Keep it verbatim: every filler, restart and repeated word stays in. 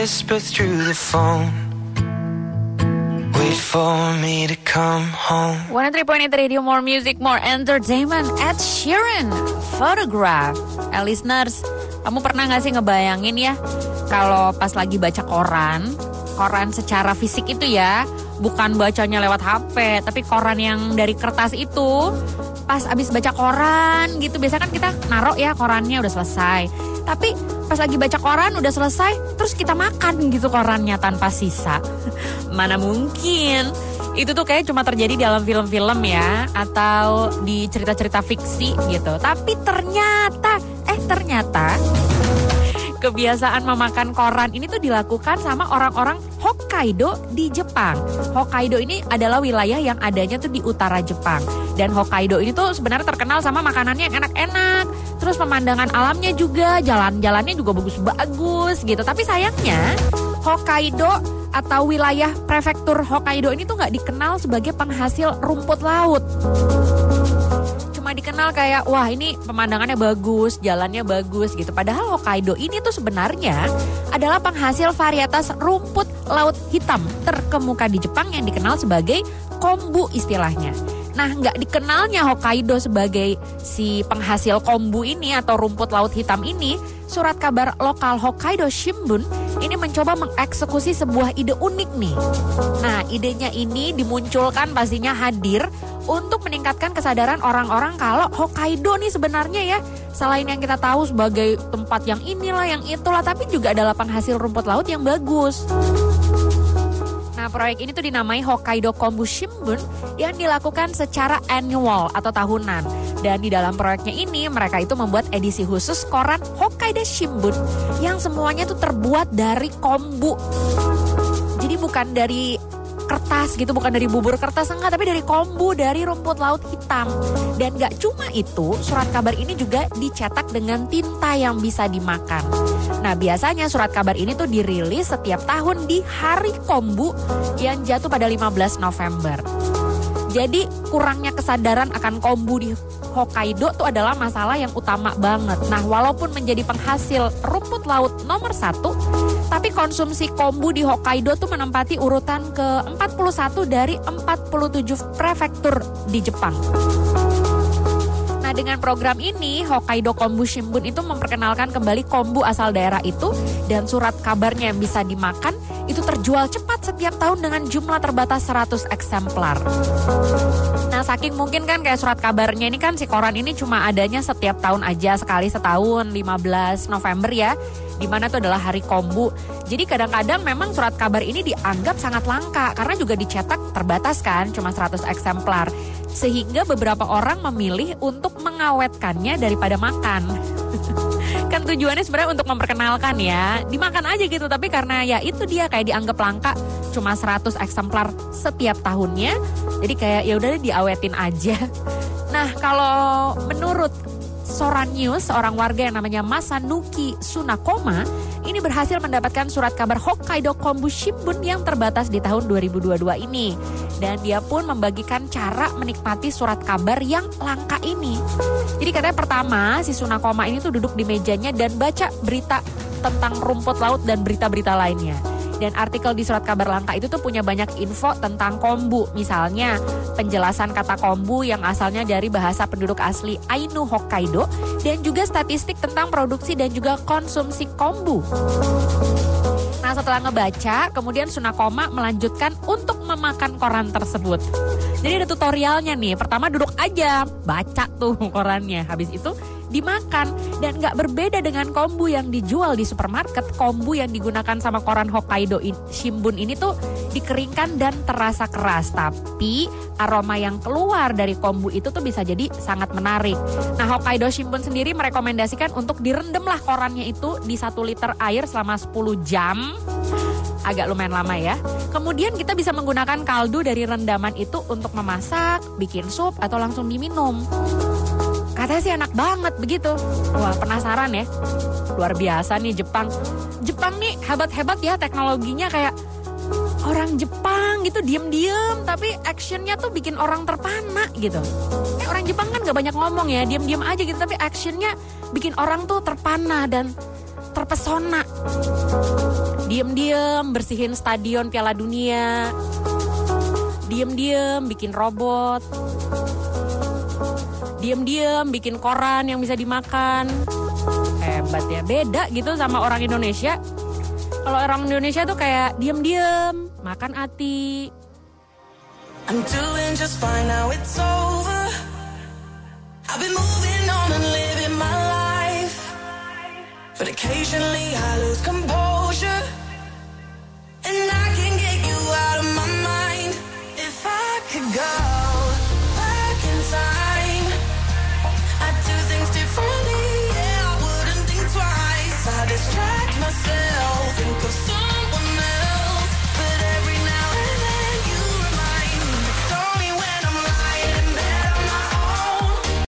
whisper through the phone. Wait for me to come home. one oh three point eight Radio, more music, more entertainment. Ed Sheeran, Photograph. Eh, listeners, kamu pernah gak sih ngebayangin ya, kalau pas lagi baca koran, koran secara fisik itu ya, bukan bacanya lewat H P, tapi koran yang dari kertas itu, pas abis baca koran gitu, biasa kan kita naruh ya korannya udah selesai. Tapi pas lagi baca koran udah selesai, terus kita makan gitu korannya tanpa sisa. Mana mungkin. Itu tuh kayak cuma terjadi dalam film-film ya, atau di cerita-cerita fiksi gitu. Tapi ternyata, eh ternyata kebiasaan memakan koran ini tuh dilakukan sama orang-orang Hokkaido di Jepang. Hokkaido ini adalah wilayah yang adanya tuh di utara Jepang. Dan Hokkaido ini tuh sebenarnya terkenal sama makanannya yang enak-enak. Terus pemandangan alamnya juga, jalan-jalannya juga bagus-bagus gitu. Tapi sayangnya Hokkaido atau wilayah prefektur Hokkaido ini tuh gak dikenal sebagai penghasil rumput laut. Cuma dikenal kayak, wah ini pemandangannya bagus, jalannya bagus gitu. Padahal Hokkaido ini tuh sebenarnya adalah penghasil varietas rumput laut hitam terkemuka di Jepang yang dikenal sebagai kombu istilahnya. Nah, nggak dikenalnya Hokkaido sebagai si penghasil kombu ini atau rumput laut hitam ini, surat kabar lokal Hokkaido Shimbun ini mencoba mengeksekusi sebuah ide unik nih. Nah, idenya ini dimunculkan pastinya hadir untuk meningkatkan kesadaran orang-orang kalau Hokkaido nih sebenarnya ya, selain yang kita tahu sebagai tempat yang inilah, yang itulah, tapi juga adalah penghasil rumput laut yang bagus. Nah, proyek ini tuh dinamai Hokkaido Kombu Shimbun yang dilakukan secara annual atau tahunan. Dan di dalam proyeknya ini mereka itu membuat edisi khusus koran Hokkaido Shimbun yang semuanya tuh terbuat dari kombu. Jadi bukan dari kertas gitu, bukan dari bubur kertas, enggak, tapi dari kombu, dari rumput laut hitam. Dan gak cuma itu, surat kabar ini juga dicetak dengan tinta yang bisa dimakan. Nah, biasanya surat kabar ini tuh dirilis setiap tahun di hari kombu yang jatuh pada lima belas November. Jadi kurangnya kesadaran akan kombu di Hokkaido tuh adalah masalah yang utama banget. Nah, walaupun menjadi penghasil rumput laut nomor satu, tapi konsumsi kombu di Hokkaido tuh menempati urutan ke empat puluh satu dari empat puluh tujuh prefektur di Jepang. Nah, dengan program ini Hokkaido Kombu Shimbun itu memperkenalkan kembali kombu asal daerah itu, dan surat kabarnya yang bisa dimakan itu terjual cepat setiap tahun dengan jumlah terbatas seratus eksemplar. Nah, saking mungkin kan kayak surat kabarnya ini kan, si koran ini cuma adanya setiap tahun aja, sekali setahun, lima belas November ya, dimana itu adalah hari kombu. Jadi kadang-kadang memang surat kabar ini dianggap sangat langka karena juga dicetak terbatas kan, cuma seratus eksemplar. Sehingga beberapa orang memilih untuk mengawetkannya daripada makan. Kan tujuannya sebenarnya untuk memperkenalkan ya, dimakan aja gitu, tapi karena ya itu dia kayak dianggap langka, cuma seratus eksemplar setiap tahunnya, jadi kayak ya udah diawetin aja. Nah, kalau menurut Soran News, seorang warga yang namanya Masanuki Sunakoma ini berhasil mendapatkan surat kabar Hokkaido Kombu Shimbun yang terbatas di tahun dua ribu dua puluh dua ini. Dan dia pun membagikan cara menikmati surat kabar yang langka ini. Jadi katanya pertama, si Sunakoma ini tuh duduk di mejanya dan baca berita tentang rumput laut dan berita-berita lainnya. Dan artikel di surat kabar langka itu tuh punya banyak info tentang kombu. Misalnya penjelasan kata kombu yang asalnya dari bahasa penduduk asli Ainu Hokkaido, dan juga statistik tentang produksi dan juga konsumsi kombu. Nah, setelah ngebaca, kemudian Sunakoma melanjutkan untuk memakan koran tersebut. Jadi ada tutorialnya nih. Pertama duduk aja, baca tuh korannya. Habis itu dimakan. Dan gak berbeda dengan kombu yang dijual di supermarket. Kombu yang digunakan sama koran Hokkaido Shimbun ini tuh dikeringkan dan terasa keras. Tapi aroma yang keluar dari kombu itu tuh bisa jadi sangat menarik. Nah, Hokkaido Shimbun sendiri merekomendasikan untuk direndamlah korannya itu di satu liter air selama sepuluh jam. Agak lumayan lama ya. Kemudian kita bisa menggunakan kaldu dari rendaman itu untuk memasak, bikin sup, atau langsung diminum. Katanya sih enak banget begitu. Wah, penasaran ya. Luar biasa nih Jepang. Jepang nih hebat-hebat ya teknologinya, kayak orang Jepang gitu diem-diem tapi actionnya tuh bikin orang terpana gitu. Eh, orang Jepang kan gak banyak ngomong ya, diem-diem aja gitu, tapi actionnya bikin orang tuh terpana dan terpesona. Diem-diem bersihin stadion Piala Dunia. Diem-diem bikin robot. Diem-diem bikin koran yang bisa dimakan. Hebat ya, beda gitu sama orang Indonesia. Kalau orang Indonesia tuh kayak diem-diem makan ati. I'm doing just fine now it's over. I've been moving on and living my life, but occasionally I lose composure.